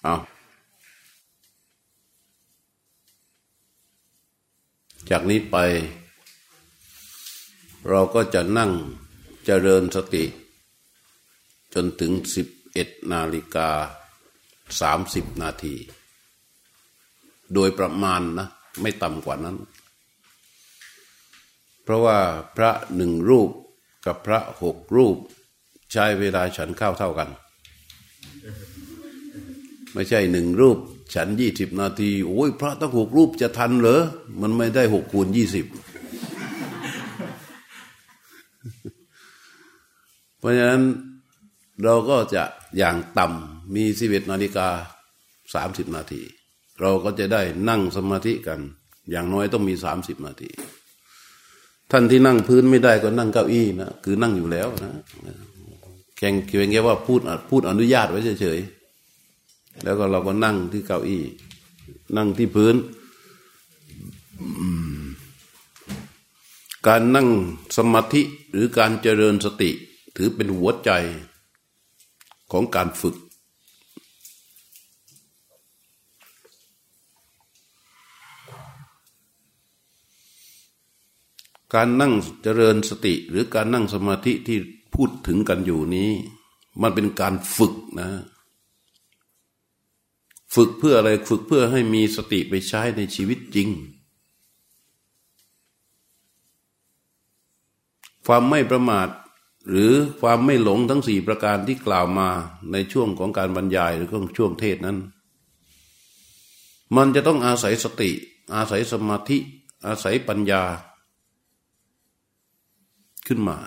เอาจากนี้ไปเราก็จะนั่งเจริญสติจนถึง11:30 นาทีโดยประมาณนะไม่ต่ำกว่านั้นเพราะว่าพระ1 รูปกับพระ6 รูปใช้เวลาฉันข้าวเท่ากันไม่ใช่1 รูปฉัน20 นาทีโอ้ยพระตั้ง6 รูปจะทันเหรอมันไม่ได้6 คูณ 20เพราะฉะนั้นเราก็จะอย่างต่ำมี11:30 นาทีเราก็จะได้นั่งสมาธิกันอย่างน้อยต้องมี30 นาทีท่านที่นั่งพื้นไม่ได้ก็นั่งเก้าอี้นะคือนั่งอยู่แล้วนะแค่ว่าพูดอนุญาตไว้เฉยๆแล้วก็เราก็นั่งที่เก้าอี้นั่งที่พื้นการนั่งสมาธิหรือการเจริญสติถือเป็นหัวใจของการฝึกการนั่งเจริญสติหรือการนั่งสมาธิที่พูดถึงกันอยู่นี้มันเป็นการฝึกนะฝึกเพื่ออะไรฝึกเพื่อให้มีสติไปใช้ในชีวิตจริงความไม่ประมาทหรือความไม่หลงทั้ง4 ประการที่กล่าวมาในช่วงของการบรรยายหรือช่วงเทศนั้นมันจะต้องอาศัยสติอาศัยสมาธิอาศัยปัญญาขึ้นมา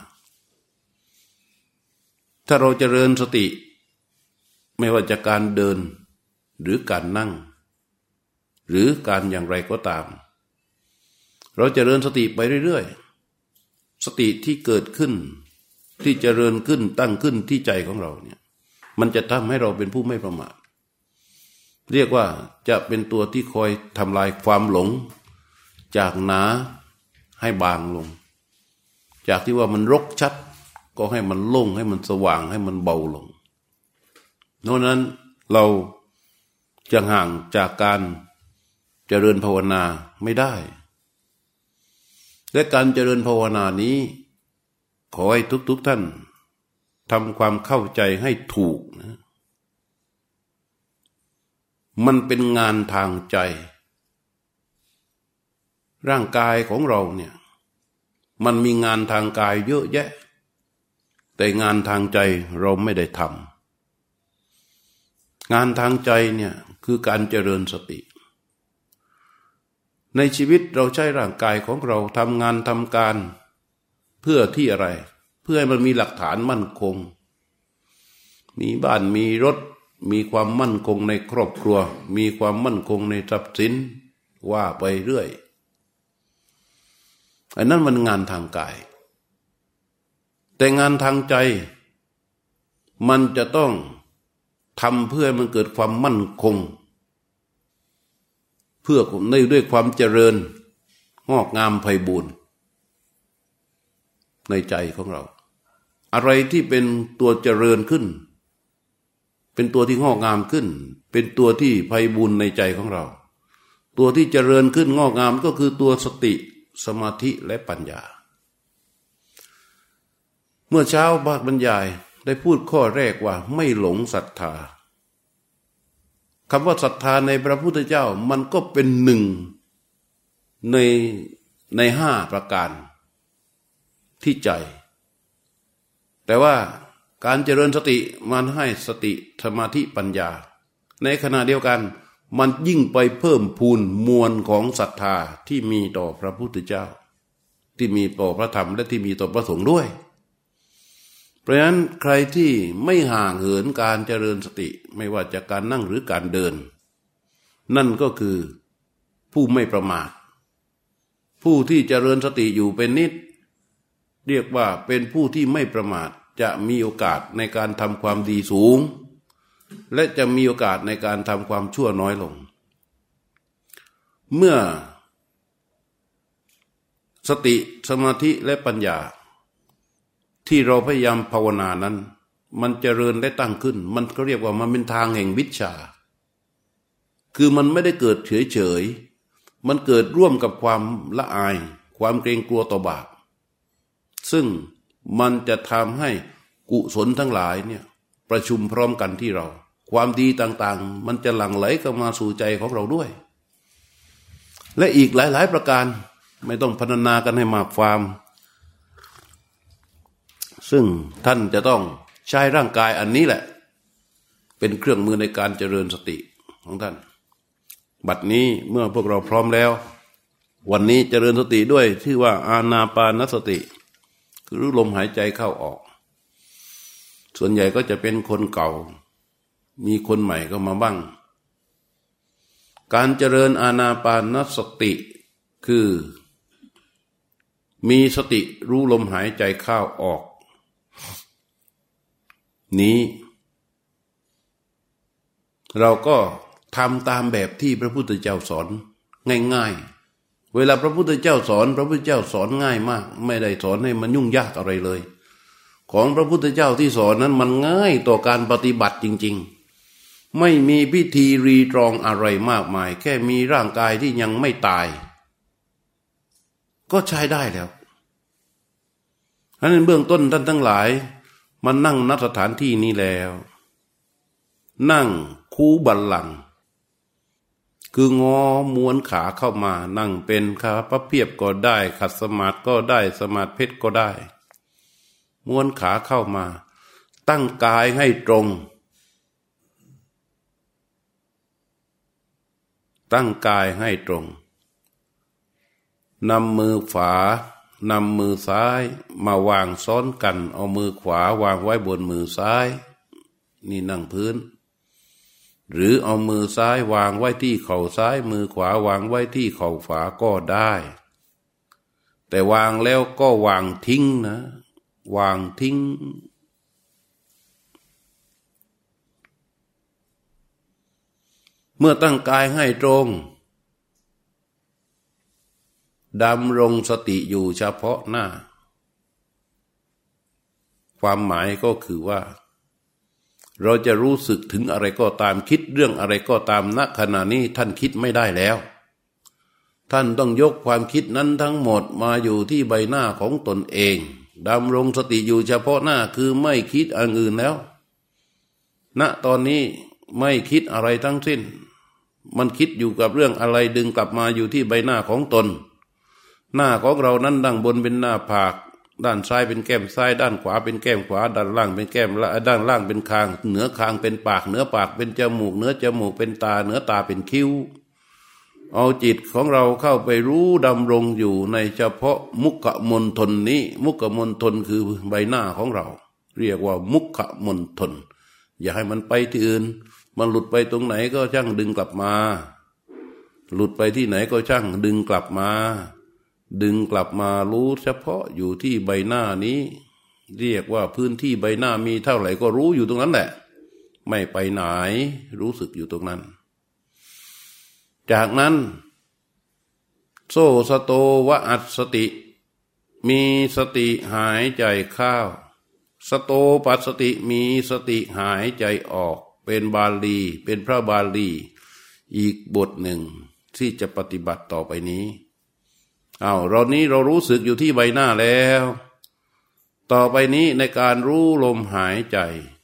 ถ้าเราเจริญสติไม่ว่าจะการเดินหรือการนั่งหรือการอย่างไรก็ตามเราเจริญสติไปเรื่อยๆสติที่เกิดขึ้นที่เจริญขึ้นตั้งขึ้นที่ใจของเราเนี่ยมันจะทำให้เราเป็นผู้ไม่ประมาทเรียกว่าจะเป็นตัวที่คอยทำลายความหลงจากหนาให้บางลงจากที่ว่ามันรกชัดก็ให้มันโล่งให้มันสว่างให้มันเบาลงเพราะนั้นเราจะห่างจากการเจริญภาวนาไม่ได้และการเจริญภาวนานี้ขอให้ทุกท่านทำความเข้าใจให้ถูกนะมันเป็นงานทางใจร่างกายของเราเนี่ยมันมีงานทางกายเยอะแยะแต่งานทางใจเราไม่ได้ทำงานทางใจเนี่ยคือการเจริญสติในชีวิตเราใช้ร่างกายของเราทำงานทำการเพื่อที่อะไรเพื่อให้มันมีหลักฐานมั่นคงมีบ้านมีรถมีความมั่นคงในครอบครัวมีความมั่นคงในทรัพย์สินว่าไปเรื่อยอันนั้นมันงานทางกายแต่งานทางใจมันจะต้องทำเพื่อให้มันเกิดความมั่นคงเพื่อด้วยความเจริญงอกงามไพบูลย์ในใจของเราอะไรที่เป็นตัวเจริญขึ้นเป็นตัวที่งอกงามขึ้นเป็นตัวที่ไพบูลย์ในใจของเราตัวที่เจริญขึ้นงอกงามก็คือตัวสติสมาธิและปัญญาเมื่อเช้าภาคบรรยายได้พูดข้อแรกว่าไม่หลงศรัทธาคำว่าศรัทธาในพระพุทธเจ้ามันก็เป็น1ใน5 ประการที่ใจแต่ว่าการเจริญสติมันให้สติสมาธิปัญญาในขณะเดียวกันมันยิ่งไปเพิ่มพูนมวลของศรัทธาที่มีต่อพระพุทธเจ้าที่มีต่อพระธรรมและที่มีต่อพระสงฆ์ด้วยเพราะฉะนั้นใครที่ไม่ห่างเหินการเจริญสติไม่ว่าจะการนั่งหรือการเดินนั่นก็คือผู้ไม่ประมาทผู้ที่เจริญสติอยู่เป็นนิดเรียกว่าเป็นผู้ที่ไม่ประมาทจะมีโอกาสในการทำความดีสูงและจะมีโอกาสในการทำความชั่วน้อยลงเมื่อสติสมาธิและปัญญาที่เราพยายามภาวนานั้นมันเจริญและตั้งขึ้นมันก็เรียกว่ามันเป็นทางแห่งวิชชาคือมันไม่ได้เกิดเฉยๆมันเกิดร่วมกับความละอายความเกรงกลัวต่อบาปซึ่งมันจะทำให้กุศลทั้งหลายเนี่ยประชุมพร้อมกันที่เราความดีต่างๆมันจะหลั่งไหลเข้ามาสู่ใจของเราด้วยและอีกหลายๆประการไม่ต้องพรรณนากันให้มากความซึ่งท่านจะต้องใช้ร่างกายอันนี้แหละเป็นเครื่องมือในการเจริญสติของท่านบัดนี้เมื่อพวกเราพร้อมแล้ววันนี้เจริญสติด้วยชื่อว่าอานาปานสติคือรู้ลมหายใจเข้าออกส่วนใหญ่ก็จะเป็นคนเก่ามีคนใหม่ก็มาบ้างการเจริญอานาปานสติคือมีสติรู้ลมหายใจเข้าออกนี้เราก็ทำตามแบบที่พระพุทธเจ้าสอนง่ายๆเวลาพระพุทธเจ้าสอนพระพุทธเจ้าสอนง่ายมากไม่ได้สอนให้มันยุ่งยากอะไรเลยของพระพุทธเจ้าที่สอนนั้นมันง่ายต่อการปฏิบัติจริงๆไม่มีพิธีรีตรองอะไรมากมายแค่มีร่างกายที่ยังไม่ตายก็ใช้ได้แล้วฉะนั้นเบื้องต้นท่านทั้งหลายมานั่งณสถานที่นี้แล้วนั่งคูบัลลังก์คืองอม้วนขาเข้ามานั่งเป็นขาพระเพียบก็ได้ขัดสมาธิก็ได้สมาธิเพชรก็ได้ม้วนขาเข้ามาตั้งกายให้ตรงตั้งกายให้ตรงนำมือขวานำมือซ้ายมาวางซ้อนกันเอามือขวาวางไว้บนมือซ้ายนี่นั่งพื้นหรือเอามือซ้ายวางไว้ที่เข่าซ้ายมือขวาวางไว้ที่เข่าขวาก็ได้แต่วางแล้วก็วางทิ้งนะวางทิ้งเมื่อตั้งกายให้ตรงดำรงสติอยู่เฉพาะหน้าความหมายก็คือว่าเราจะรู้สึกถึงอะไรก็ตามคิดเรื่องอะไรก็ตามณขณะนี้ท่านคิดไม่ได้แล้วท่านต้องยกความคิดนั้นทั้งหมดมาอยู่ที่ใบหน้าของตนเองดำรงสติอยู่เฉพาะหน้าคือไม่คิดอันอื่นแล้วณตอนนี้ไม่คิดอะไรทั้งสิ้นมันคิดอยู่กับเรื่องอะไรดึงกลับมาอยู่ที่ใบหน้าของตนหน้าของเรานั้นด้านบนเป็นหน้าผากด้านซ้ายเป็นแก้มซ้ายด้านขวาเป็นแก้มขวาด้านล่างเป็นแก้มด้านล่างเป็นคางเหนือคางเป็นปากเหนือปากเป็นจมูกเหนือจมูกเป็นตาเหนือตาเป็นคิ้วเอาจิตของเราเข้าไปรู้ดำรงอยู่ในเฉพาะมุขมณฑลนี้มุขมณฑลคือใบหน้าของเราเรียกว่ามุขมณฑลอย่าให้มันไปที่อื่นมันหลุดไปตรงไหนก็ช่างดึงกลับมาหลุดไปที่ไหนก็ช่างดึงกลับมาดึงกลับมารู้เฉพาะอยู่ที่ใบหน้านี้เรียกว่าพื้นที่ใบหน้ามีเท่าไหร่ก็รู้อยู่ตรงนั้นแหละไม่ไปไหนรู้สึกอยู่ตรงนั้นจากนั้นโซสโตวะอัสสติมีสติหายใจเข้าสโตปัสสติมีสติหายใจออกเป็นบาลีเป็นพระบาลีอีกบทหนึ่งที่จะปฏิบัติต่อไปนี้เรานี้เรารู้สึกอยู่ที่ใบหน้าแล้วต่อไปนี้ในการรู้ลมหายใจ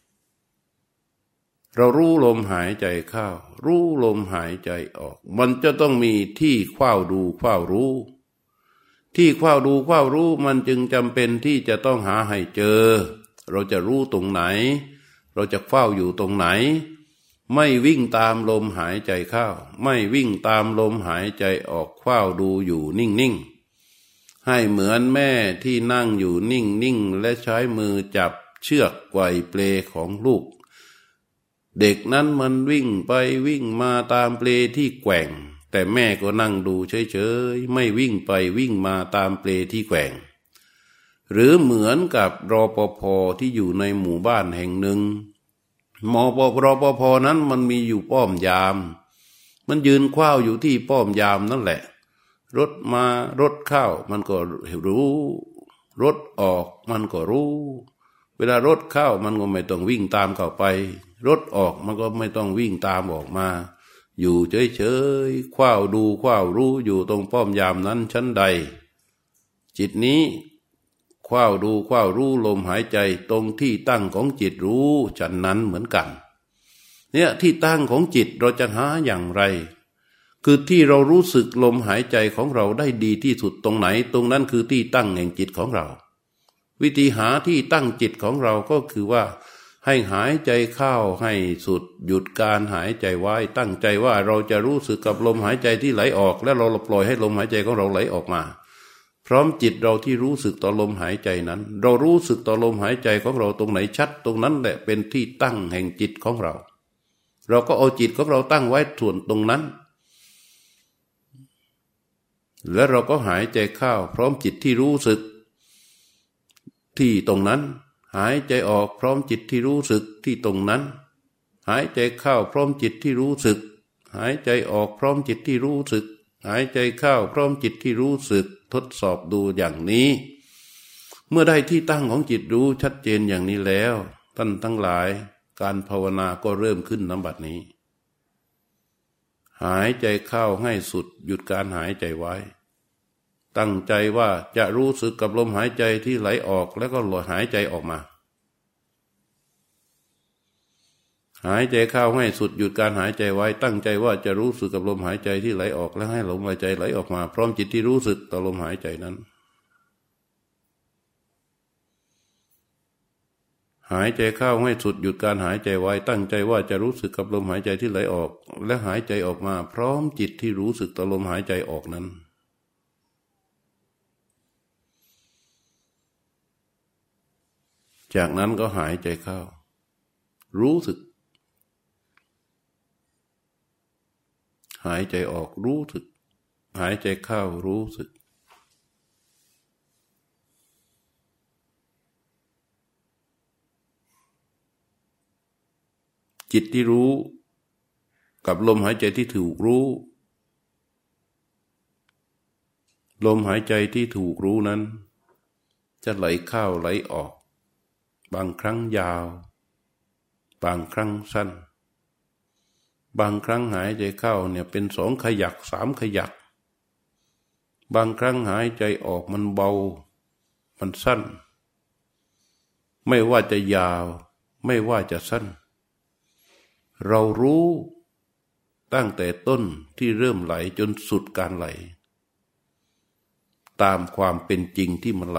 เรารู้ลมหายใจเข้ารู้ลมหายใจออกมันจะต้องมีที่เฝ้าดูเฝ้ารู้ที่เฝ้าดูเฝ้ารู้มันจึงจำเป็นที่จะต้องหาให้เจอเราจะรู้ตรงไหนเราจะเฝ้าอยู่ตรงไหนไม่วิ่งตามลมหายใจเข้าไม่วิ่งตามลมหายใจออกเฝ้าดูอยู่นิ่งๆให้เหมือนแม่ที่นั่งอยู่นิ่งๆและใช้มือจับเชือกไกวเปลของลูกเด็กนั้นมันวิ่งไปวิ่งมาตามเปลที่แกว่งแต่แม่ก็นั่งดูเฉยๆไม่วิ่งไปวิ่งมาตามเปลที่แกว่งหรือเหมือนกับรปภ.ที่อยู่ในหมู่บ้านแห่งหนึ่งรปภ.นั้นมันมีอยู่ป้อมยามมันยืนคว้าอยู่ที่ป้อมยามนั่นแหละรถมารถเข้ามันก็รู้รถออกมันก็รู้เวลารถเข้ามันก็ไม่ต้องวิ่งตามเข้าไปรถออกมันก็ไม่ต้องวิ่งตามออกมาอยู่เฉยๆคว้าดูคว้ารู้อยู่ตรงป้อมยามนั้นชั้นใดจิตนี้คว้าดูคว้ารู้ลมหายใจตรงที่ตั้งของจิตรู้ฉันนั้นเหมือนกันเนี่ยที่ตั้งของจิตเราจะหาอย่างไรคือที่เรารู้สึกลมหายใจของเราได้ดีที่สุดตรงไหนตรงนั้นคือที่ตั้งแห่งจิตของเราวิธีหาที่ตั้งจิตของเราก็คือว่าให้หายใจเข้าให้สุดหยุดการหายใจไว้ตั้งใจว่าเราจะรู้สึกกับลมหายใจที่ไหลออกและเราปล่อยให้ลมหายใจของเราไหลออกมาพร้อมจิตเราที่รู้สึกต่อลมหายใจนั้นเรารู้สึกต่อลมหายใจของเราตรงไหนชัดตรงนั้นแหละเป็นที่ตั้งแห่งจิตของเราเราก็เอาจิตของเราตั้งไว้ส่วนตรงนั้นแล้วเราก็หายใจเข้าพร้อมจิตที่รู้สึกที่ตรงนั้นหายใจออกพร้อมจิตที่รู้สึกที่ตรงนั้นหายใจเข้าพร้อมจิตที่รู้สึกหายใจออกพร้อมจิตที่รู้สึกหายใจเข้าพร้อมจิตที่รู้สึกทดสอบดูอย่างนี้เมื่อได้ที่ตั้งของจิตรู้ชัดเจนอย่างนี้แล้วท่านทั้งหลายการภาวนาก็เริ่มขึ้นณ บัดนี้หายใจเข้าให้สุดหยุดการหายใจไว้ตั้งใจว่าจะรู้สึกกับลมหายใจที่ไหลออกแล้วก็หายใจออกมาหายใจเข้าให้สุดหยุดการหายใจไว้ตั้งใจว่าจะรู้สึกกับลมหายใจที่ไหลออกแล้วให้ลมหายใจไหลออกมาพร้อมจิตที่รู้สึกต่อลมหายใจนั้นหายใจเข้าให้สุดหยุดการหายใจไว้ตั้งใจว่าจะรู้สึกกับลมหายใจที่ไหลออกและหายใจออกมาพร้อมจิตที่รู้สึกต่อลมหายใจออกนั้นจากนั้นก็หายใจเข้ารู้สึกหายใจออกรู้สึกหายใจเข้ารู้สึกจิตที่รู้กับลมหายใจที่ถูกรู้ลมหายใจที่ถูกรู้นั้นจะไหลเข้าไหลออกบางครั้งยาวบางครั้งสั้นบางครั้งหายใจเข้าเนี่ยเป็น2 ขยัก3 ขยักบางครั้งหายใจออกมันเบามันสั้นไม่ว่าจะยาวไม่ว่าจะสั้นเรารู้ตั้งแต่ต้นที่เริ่มไหลจนสุดการไหลตามความเป็นจริงที่มันไหล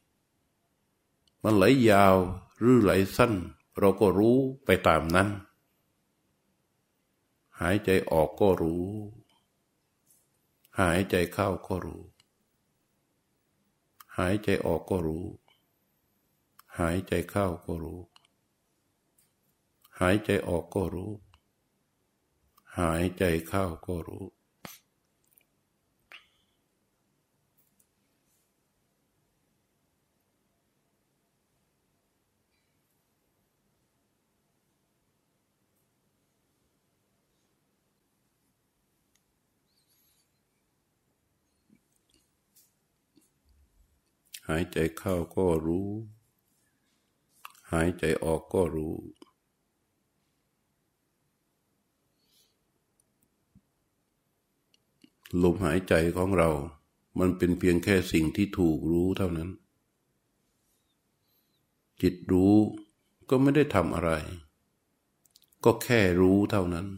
ยาวหรือไหลสั้นเราก็รู้ไปตามนั้นหายใจออกก็รู้หายใจเข้าก็รู้หายใจออกก็รู้หายใจเข้าก็รู้หายใจออกก็รู้หายใจเข้าก็รู้หายใจเข้าก็รู้หายใจออกก็รู้ลมหายใจของเรามันเป็นเพียงแค่สิ่งที่ถูกรู้เท่านั้นจิตรู้ก็ไม่ได้ทำอะไรก็แค่รู้เท่านั้น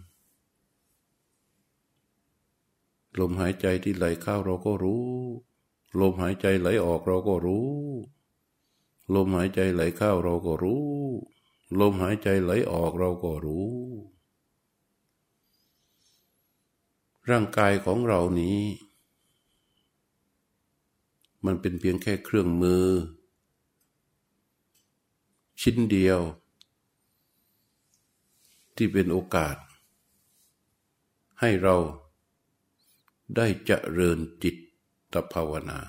ลมหายใจที่ไหลเข้าเราก็รู้ลมหายใจไหลออกเราก็รู้ลมหายใจไหลเข้าเราก็รู้ลมหายใจไหลออกเราก็รู้ร่างกายของเรานี้มันเป็นเพียงแค่เครื่องมือชิ้นเดียวที่เป็นโอกาสให้เราได้เจริญจิตภาวนา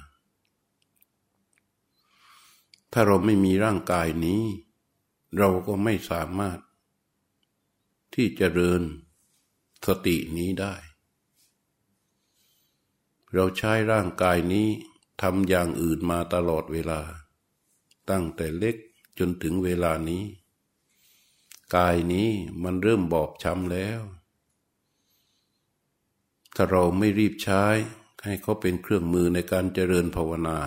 ถ้าเราไม่มีร่างกายนี้เราก็ไม่สามารถที่จะเจริญสตินี้ได้เราใช้ร่างกายนี้ทำอย่างอื่นมาตลอดเวลาตั้งแต่เล็กจนถึงเวลานี้กายนี้มันเริ่มบอบช้ำแล้วถ้าเราไม่รีบใช้ให้เขาเป็นเครื่องมือในการเจริญภาวนา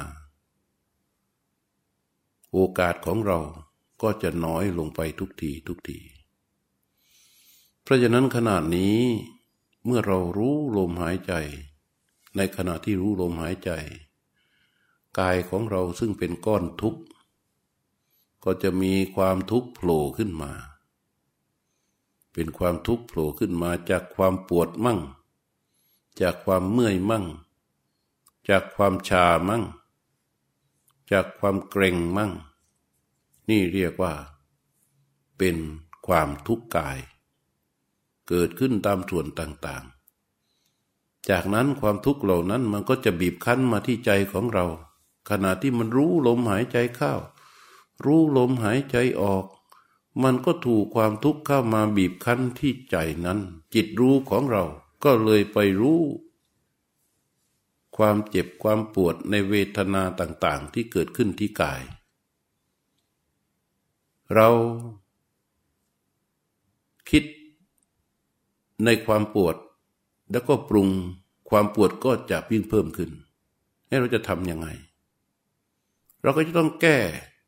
โอกาสของเราก็จะน้อยลงไปทุกทีเพราะฉะนั้นขณะนี้เมื่อเรารู้ลมหายใจในขณะที่รู้ลมหายใจกายของเราซึ่งเป็นก้อนทุกข์ก็จะมีความทุกข์โผล่ขึ้นมาเป็นความทุกข์โผล่ขึ้นมาจากความปวดมั่งจากความเมื่อยมั่งจากความชามั่งจากความเกร็งมั่งนี่เรียกว่าเป็นความทุกข์กายเกิดขึ้นตามส่วนต่างๆจากนั้นความทุกข์เหล่านั้นมันก็จะบีบคั้นมาที่ใจของเราขณะที่มันรู้ลมหายใจเข้ารู้ลมหายใจออกมันก็ถูกความทุกข์เข้ามาบีบคั้นที่ใจนั้นจิตรู้ของเราก็เลยไปรู้ความเจ็บความปวดในเวทนาต่างๆที่เกิดขึ้นที่กายเราคิดในความปวดแล้วก็ปรุงความปวดก็จะยิ่งเพิ่มขึ้นให้เราจะทำยังไงเราก็จะต้องแก้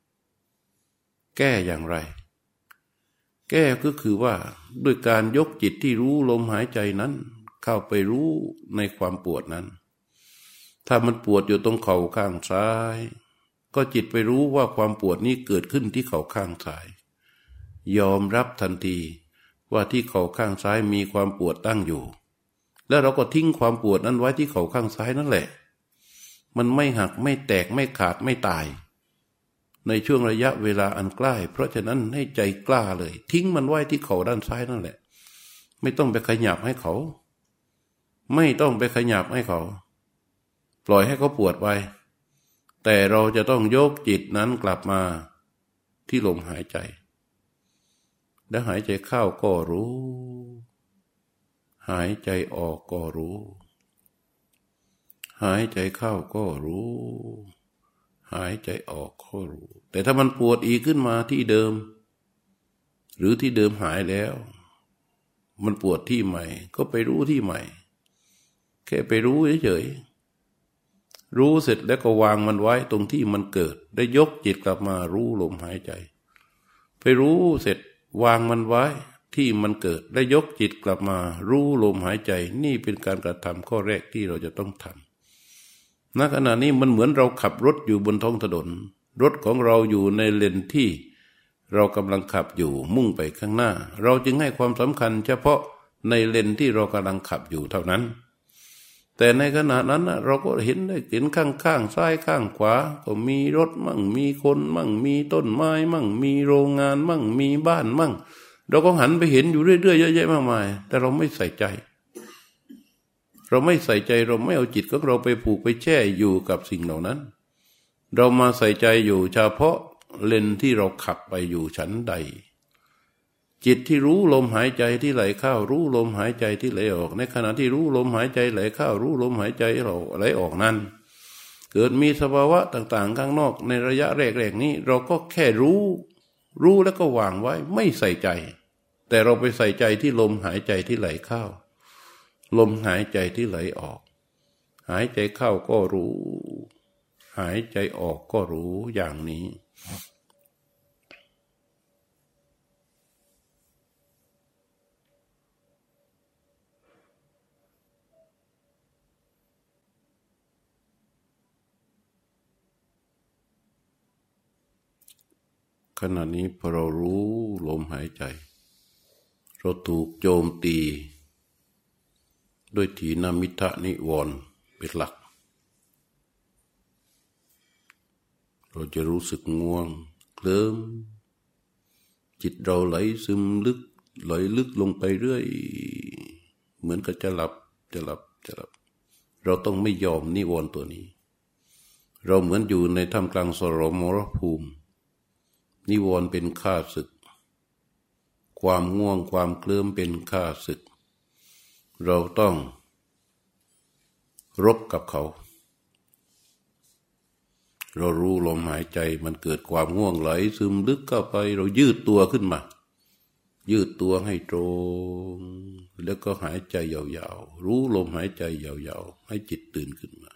อย่างไรแก้ก็คือว่าด้วยการยกจิตที่รู้ลมหายใจนั้นเข้าไปรู้ในความปวดนั้นถ้ามันปวดอยู่ตรงเข่าข้างซ้ายก็จิตไปรู้ว่าความปวดนี้เกิดขึ้นที่เข่าข้างซ้ายยอมรับทันทีว่าที่เข่าข้างซ้ายมีความปวดตั้งอยู่แล้วเราก็ทิ้งความปวดนั้นไว้ที่เข่าข้างซ้ายนั่นแหละมันไม่หักไม่แตกไม่ขาดไม่ตายในช่วงระยะเวลาอันใกล้เพราะฉะนั้นให้ใจกล้าเลยทิ้งมันไว้ที่เข่าด้านซ้ายนั่นแหละไม่ต้องไปขยับให้เขาไม่ต้องไปขยับให้เขาปล่อยให้เขาปวดไปแต่เราจะต้องยกจิตนั้นกลับมาที่ลมหายใจและหายใจเข้าก็รู้หายใจออกก็รู้หายใจเข้าก็รู้หายใจออกก็รู้แต่ถ้ามันปวดอีกขึ้นมาที่เดิมหรือที่เดิมหายแล้วมันปวดที่ใหม่ก็ไปรู้ที่ใหม่แค่ไปรู้เฉยๆรู้เสร็จแล้วก็วางมันไว้ตรงที่มันเกิดได้ยกจิตกลับมารู้ลมหายใจไปรู้เสร็จวางมันไว้ที่มันเกิดได้ยกจิตกลับมารู้ลมหายใจนี่เป็นการกระทำข้อแรกที่เราจะต้องทำณขณะนี้มันเหมือนเราขับรถอยู่บนท้องถนนรถของเราอยู่ในเลนที่เรากำลังขับอยู่มุ่งไปข้างหน้าเราจึงให้ความสำคัญเฉพาะในเลนที่เรากำลังขับอยู่เท่านั้นแต่ในขณะนั้นเราก็เห็นข้างซ้ายข้างขวาก็มีรถมั่งมีคนมั่งมีต้นไม้มั่งมีโรงงานมั่งมีบ้านมั่งเราก็หันไปเห็นอยู่เรื่อยๆเยอะแยะมากมายแต่เราไม่ใส่ใจเราไม่ใส่ใจเราไม่เอาจิตของเราไปผูกไปแช่อยู่กับสิ่งเหล่านั้นเรามาใส่ใจอยู่เฉพาะเลนที่เราขับไปอยู่ชั้นใดจิตที่รู้ลมหายใจที่ไหลเข้ารู้ลมหายใจที่ไหลออกในขณะที่รู้ลมหายใจไหลเข้ารู้ลมหายใจไหลออกนั้นเกิดมีสภาวะต่างๆข้างนอกในระยะแรกๆนี้เราก็แค่รู้แล้วก็วางไว้ไม่ใส่ใจแต่เราไปใส่ใจที่ลมหายใจที่ไหลเข้าลมหายใจที่ไหลออกหายใจเข้าก็รู้หายใจออกก็รู้อย่างนี้ขณะนี้พอเรารู้ลมหายใจเราถูกโจมตีด้วยถีนมิทะนิวรณ์เป็นหลักเราจะรู้สึกง่วงเคลิ้มจิตเราไหลซึมลึกลงไปเรื่อยเหมือนกับจะหลับเราต้องไม่ยอมนิวรณ์ตัวนี้เราเหมือนอยู่ในท่ามกลางสมรภูมินิวรณ์เป็นข้าศึกความง่วงความเคลิ้มเป็นข้าศึกเราต้องรบกับเขาเรารู้ลมหายใจมันเกิดความง่วงไหลซึมลึกเข้าไปเรายืดตัวขึ้นมายืดตัวให้ตรงแล้วก็หายใจยาวๆรู้ลมหายใจยาวๆให้จิตตื่นขึ้นมา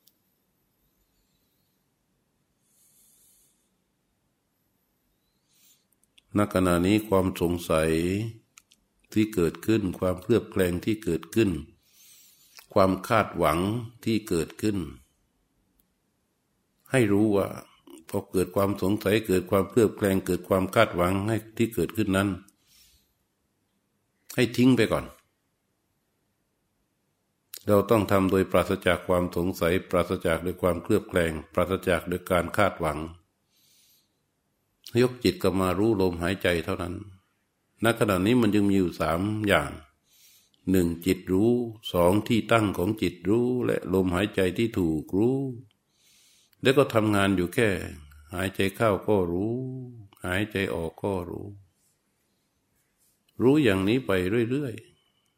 ณขณะนี้ความสงสัยที่เกิดขึ้นความเคลือบแคลงที่เกิดขึ้นความคาดหวังที่เกิดขึ้นให้รู้ว่าพอเกิดความสงสัยเกิดความเคลือบแคลงเกิดความคาดหวังให้ที่เกิดขึ้นนั้นให้ทิ้งไปก่อนเราต้องทำโดยปราศจากความสงสัยปราศจากด้วยความเคลือบแคลงปราศจากด้วยการคาดหวังยกจิตกลับมารู้ลมหายใจเท่านั้นณขณะนี้มันจึงมีอยู่3 อย่าง1จิตรู้2ที่ตั้งของจิตรู้และลมหายใจที่ถูกรู้แล้วก็ทำงานอยู่แค่หายใจเข้าก็รู้หายใจออกก็รู้อย่างนี้ไปเรื่อยๆ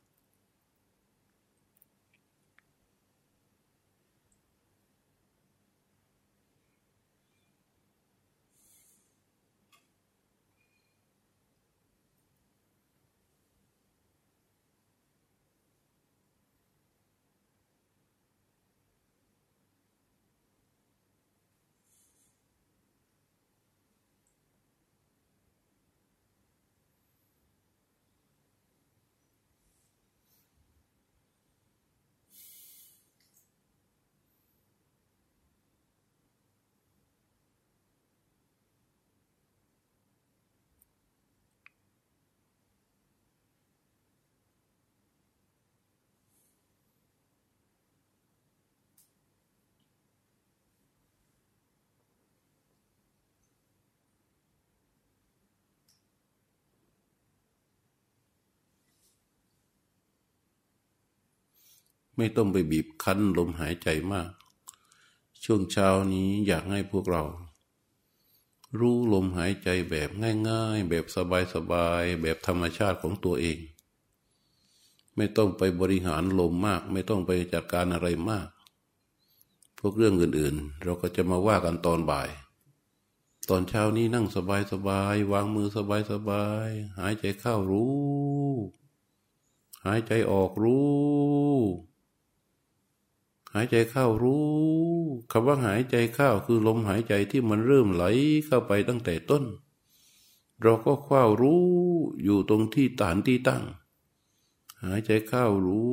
ไม่ต้องไปบีบคั้นลมหายใจมากช่วงเช้านี้อยากให้พวกเรารู้ลมหายใจแบบง่ายๆแบบสบายๆแบบธรรมชาติของตัวเองไม่ต้องไปบริหารลมมากไม่ต้องไปจัดการอะไรมากพวกเรื่องอื่นๆเราก็จะมาว่ากันตอนบ่ายตอนเช้านี้นั่งสบายๆวางมือสบายๆหายใจเข้ารู้หายใจออกรู้หายใจเข้ารู้คำว่าหายใจเข้าคือลมหายใจที่มันเริ่มไหลเข้าไปตั้งแต่ต้นเราก็เฝ้ารู้อยู่ตรงที่ฐานที่ตั้งหายใจเข้ารู้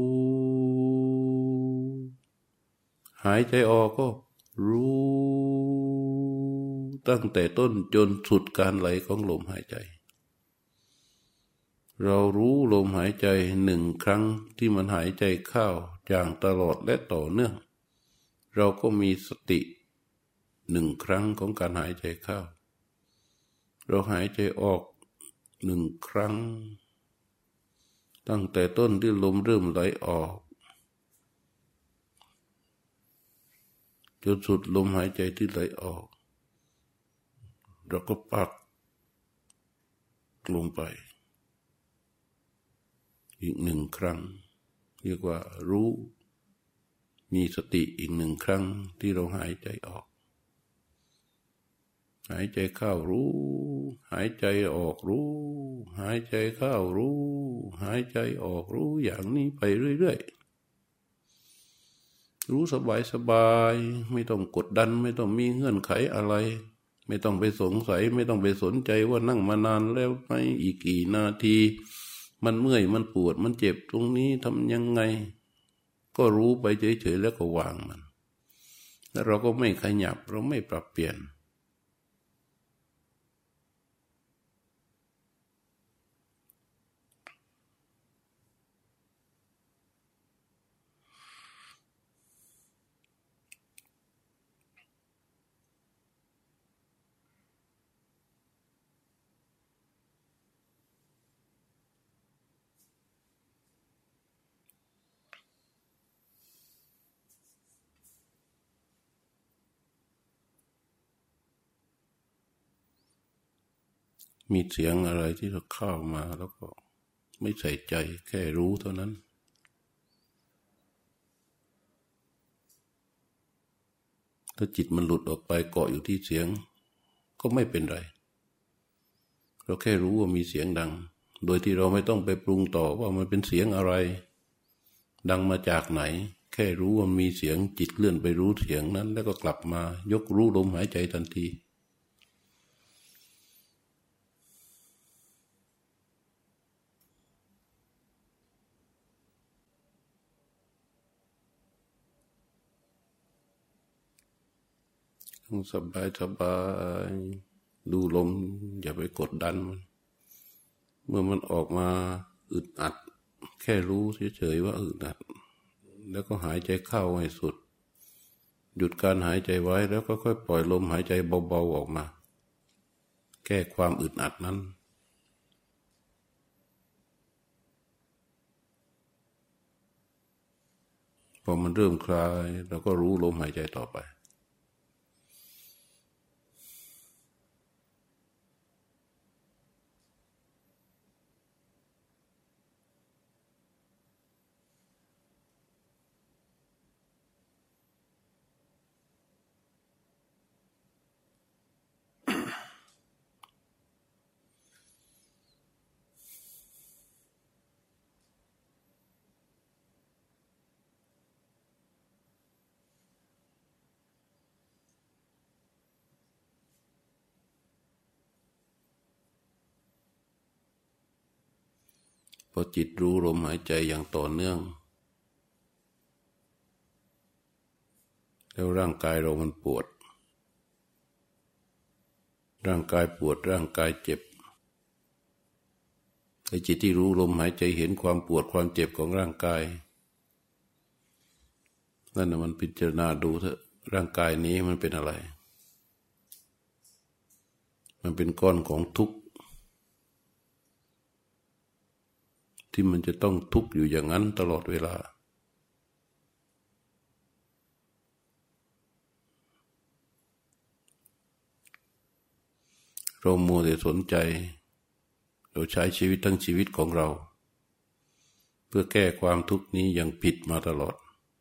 หายใจออกก็รู้ตั้งแต่ต้นจนสุดการไหลของลมหายใจเรารู้ลมหายใจ1 ครั้งที่มันหายใจเข้าอย่างตลอดและต่อเนื่องเราก็มีสติ1 ครั้งของการหายใจเข้าเราหายใจออก1 ครั้งตั้งแต่ต้นที่ลมเริ่มไหลออกจนสุดลมหายใจที่ไหลออกเราก็ปักลงไปอีก1 ครั้งเรียกว่ารู้มีสติอีก1 ครั้งที่เราหายใจออกหายใจเข้ารู้หายใจออกรู้หายใจเข้ารู้หายใจออกรู้อย่างนี้ไปเรื่อยๆรู้สบายๆไม่ต้องกดดันไม่ต้องมีเงื่อนไขอะไรไม่ต้องไปสงสัยไม่ต้องไปสนใจว่านั่งมานานแล้วไหมอีกกี่นาทีมันเมื่อยมันปวดมันเจ็บตรงนี้ทำยังไงก็รู้ไปเฉยๆแล้วก็วางมันแล้วเราก็ไม่ขยับเราไม่ปรับเปลี่ยนมีเสียงอะไรที่เราเข้ามาแล้วก็ไม่ใส่ใจแค่รู้เท่านั้นถ้าจิตมันหลุดออกไปเกาะอยู่ที่เสียงก็ไม่เป็นไรเราแค่รู้ว่ามีเสียงดังโดยที่เราไม่ต้องไปปรุงต่อว่ามันเป็นเสียงอะไรดังมาจากไหนแค่รู้ว่ามีเสียงจิตเลื่อนไปรู้เสียงนั้นแล้วก็กลับมายกรู้ลมหายใจทันทีสบายสบายดูลมอย่าไปกดดันมันเมื่อมันออกมาอึดอัดแค่รู้เฉยๆว่าอึดอัดแล้วก็หายใจเข้าให้สุดหยุดการหายใจไว้แล้วก็ค่อยปล่อยลมหายใจเบาๆออกมาแก้ความอึดอัดนั้นพอมันเริ่มคลายเราก็รู้ลมหายใจต่อไปพอจิตรู้ลมหายใจอย่างต่อเนื่องแล้วร่างกายเรามันปวดร่างกายปวดร่างกายเจ็บไอ้จิตที่รู้ลมหายใจเห็นความปวดความเจ็บของร่างกายนั่นน่ะมันพิจารณาดูเถอะร่างกายนี้มันเป็นอะไรมันเป็นก้อนของทุกข์ที่มันจะต้องทุกข์อยู่อย่างนั้นตลอดเวลาเรามัวแต่สนใจเราใช้ชีวิตทั้งชีวิตของเราเพื่อแก้ความทุกข์นี้อย่างผิดมาตลอด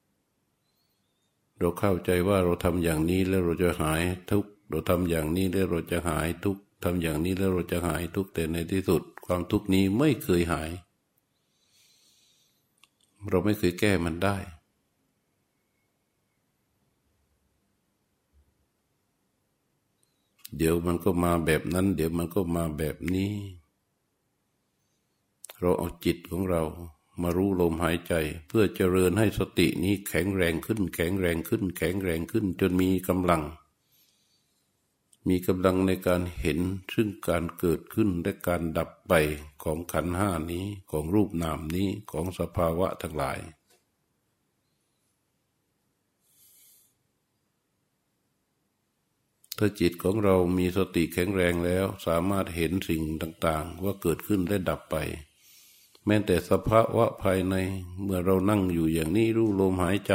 เราเข้าใจว่าเราทำอย่างนี้แล้วเราจะหายทุกข์เราทำอย่างนี้แล้วเราจะหายทุกข์ทำอย่างนี้แล้วเราจะหายทุกข์แต่ในที่สุดความทุกข์นี้ไม่เคยหายเราไม่เคยแก้มันได้เดี๋ยวมันก็มาแบบนั้นเดี๋ยวมันก็มาแบบนี้เราเอาจิตของเรามารู้ลมหายใจเพื่อเจริญให้สตินี้แข็งแรงขึ้นแข็งแรงขึ้นแข็งแรงขึ้นจนมีกำลังในการเห็นซึ่งการเกิดขึ้นและการดับไปของขันธ์ห้านี้ของรูปนามนี้ของสภาวะทั้งหลายถ้าจิตของเรามีสติแข็งแรงแล้วสามารถเห็นสิ่งต่างๆว่าเกิดขึ้นและดับไปแม้แต่สภาวะภายในเมื่อเรานั่งอยู่อย่างนี้รู้ลมหายใจ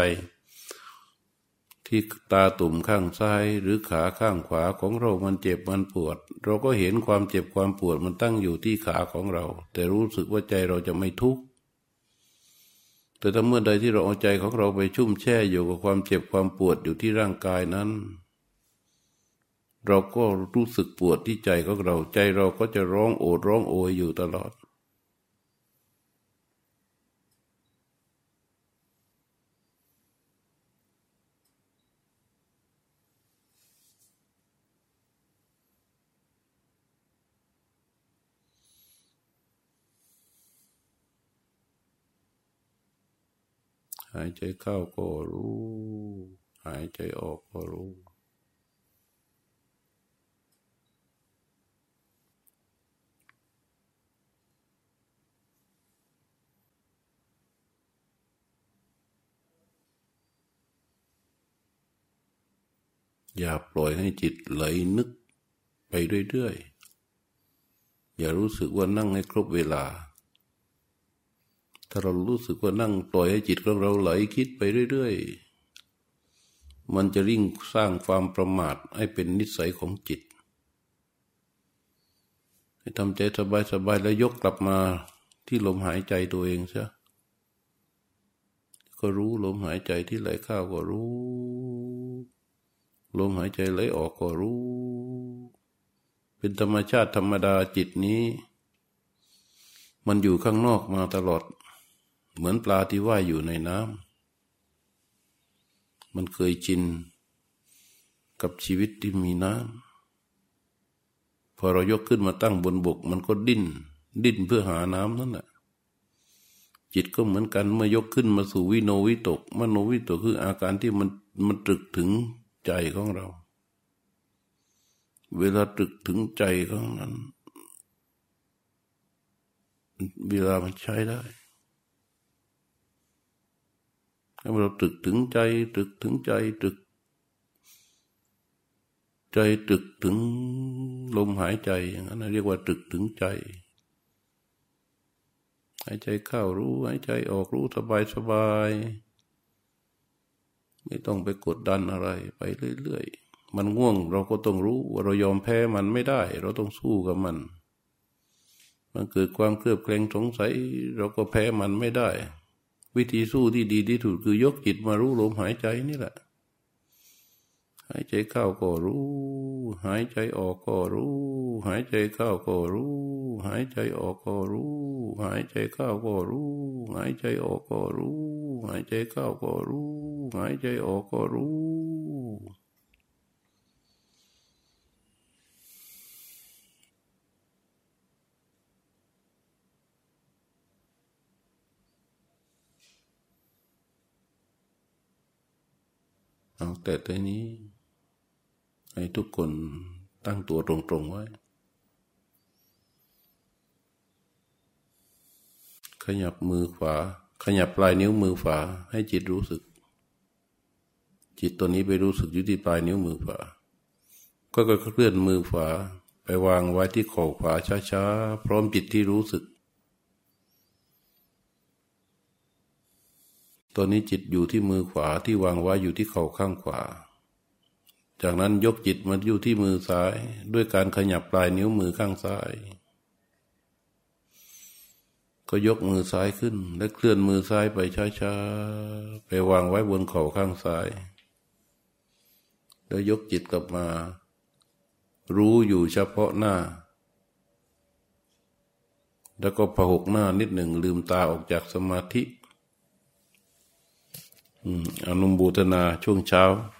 ที่ตาตุ่มข้างซ้ายหรือขาข้างขวาของเรามันเจ็บมันปวดเราก็เห็นความเจ็บความปวดมันตั้งอยู่ที่ขาของเราแต่รู้สึกว่าใจเราจะไม่ทุกข์แต่ถ้าเมื่อใดที่เราเอาใจของเราไปชุ่มแช่อยู่กับความเจ็บความปวดอยู่ที่ร่างกายนั้นเราก็รู้สึกปวดที่ใจของเราใจเราก็จะร้องโอดร้องโอยอยู่ตลอดหายใจเข้าก็รู้หายใจออกก็รู้อย่าปล่อยให้จิตไหลนึกไปเรื่อยๆอย่ารู้สึกว่านั่งให้ครบเวลาถ้าเรารู้สึกว่านั่งปล่อยให้จิตของเราไหลคิดไปเรื่อยๆมันจะยิ่งสร้างความประมาทให้เป็นนิสัยของจิตให้ทำใจสบายๆแล้วยกกลับมาที่ลมหายใจตัวเองซะก็รู้ลมหายใจที่ไหลเข้าก็รู้ลมหายใจไหลออกก็รู้เป็นธรรมชาติธรรมดาจิตนี้มันอยู่ข้างนอกมาตลอดเหมือนปลาที่ว่ายอยู่ในน้ำมันเคยชินกับชีวิตที่มีน้ำพอเรายกขึ้นมาตั้งบนบกมันก็ดิ้นเพื่อหาน้ำนั่นแหละจิตก็เหมือนกันเมื่อยกขึ้นมาสู่วิโนวิตกมโนวิตกคืออาการที่มันตรึกถึงใจของเราเวลาตรึกถึงใจของนั้นเวลามันใช้ได้ถ้าเราตรึกถึงใจตรึกถึงใจตรึกถึงลมหายใจอย่างนั้นเรียกว่าตรึกถึงใจหายใจเข้ารู้หายใจออกรู้สบายไม่ต้องไปกดดันอะไรไปเรื่อยๆมันง่วงเราก็ต้องรู้ว่าเรายอมแพ้มันไม่ได้เราต้องสู้กับมันเกิดความเครือบแคลงสงสัยเราก็แพ้มันไม่ได้วิธีสู้ที่ดีที่สุดคือยกจิตมารู้ลมหายใจนี่แหละหายใจเข้าก็รู้หายใจออกก็รู้หายใจเข้าก็รู้หายใจออกก็รู้หายใจเข้าก็รู้หายใจออกก็รู้หายใจเข้าก็รู้หายใจออกก็รู้เอาแต่ตัวนี้ให้ทุกคนตั้งตัวตรงๆไว้ขยับมือขวาขยับปลายนิ้วมือขวาให้จิตรู้สึกจิตตัวนี้ไปรู้สึกอยู่ที่ปลายนิ้วมือขวาก็เคลื่อนมือขวาไปวางไว้ที่ข้อขวาช้าๆพร้อมจิตที่รู้สึกตอนนี้จิตอยู่ที่มือขวาที่วางไว้อยู่ที่เข่าข้างขวาจากนั้นยกจิตมาอยู่ที่มือซ้ายด้วยการขยับปลายนิ้วมือข้างซ้ายก็ยกมือซ้ายขึ้นและเคลื่อนมือซ้ายไปช้าๆไปวางไว้บนเข่าข้างซ้ายแล้วยกจิตกลับมารู้อยู่เฉพาะหน้าแล้วก็พหกหน้านิดหนึ่งลืมตาออกจากสมาธิอนุโมทนาช่วงเช้า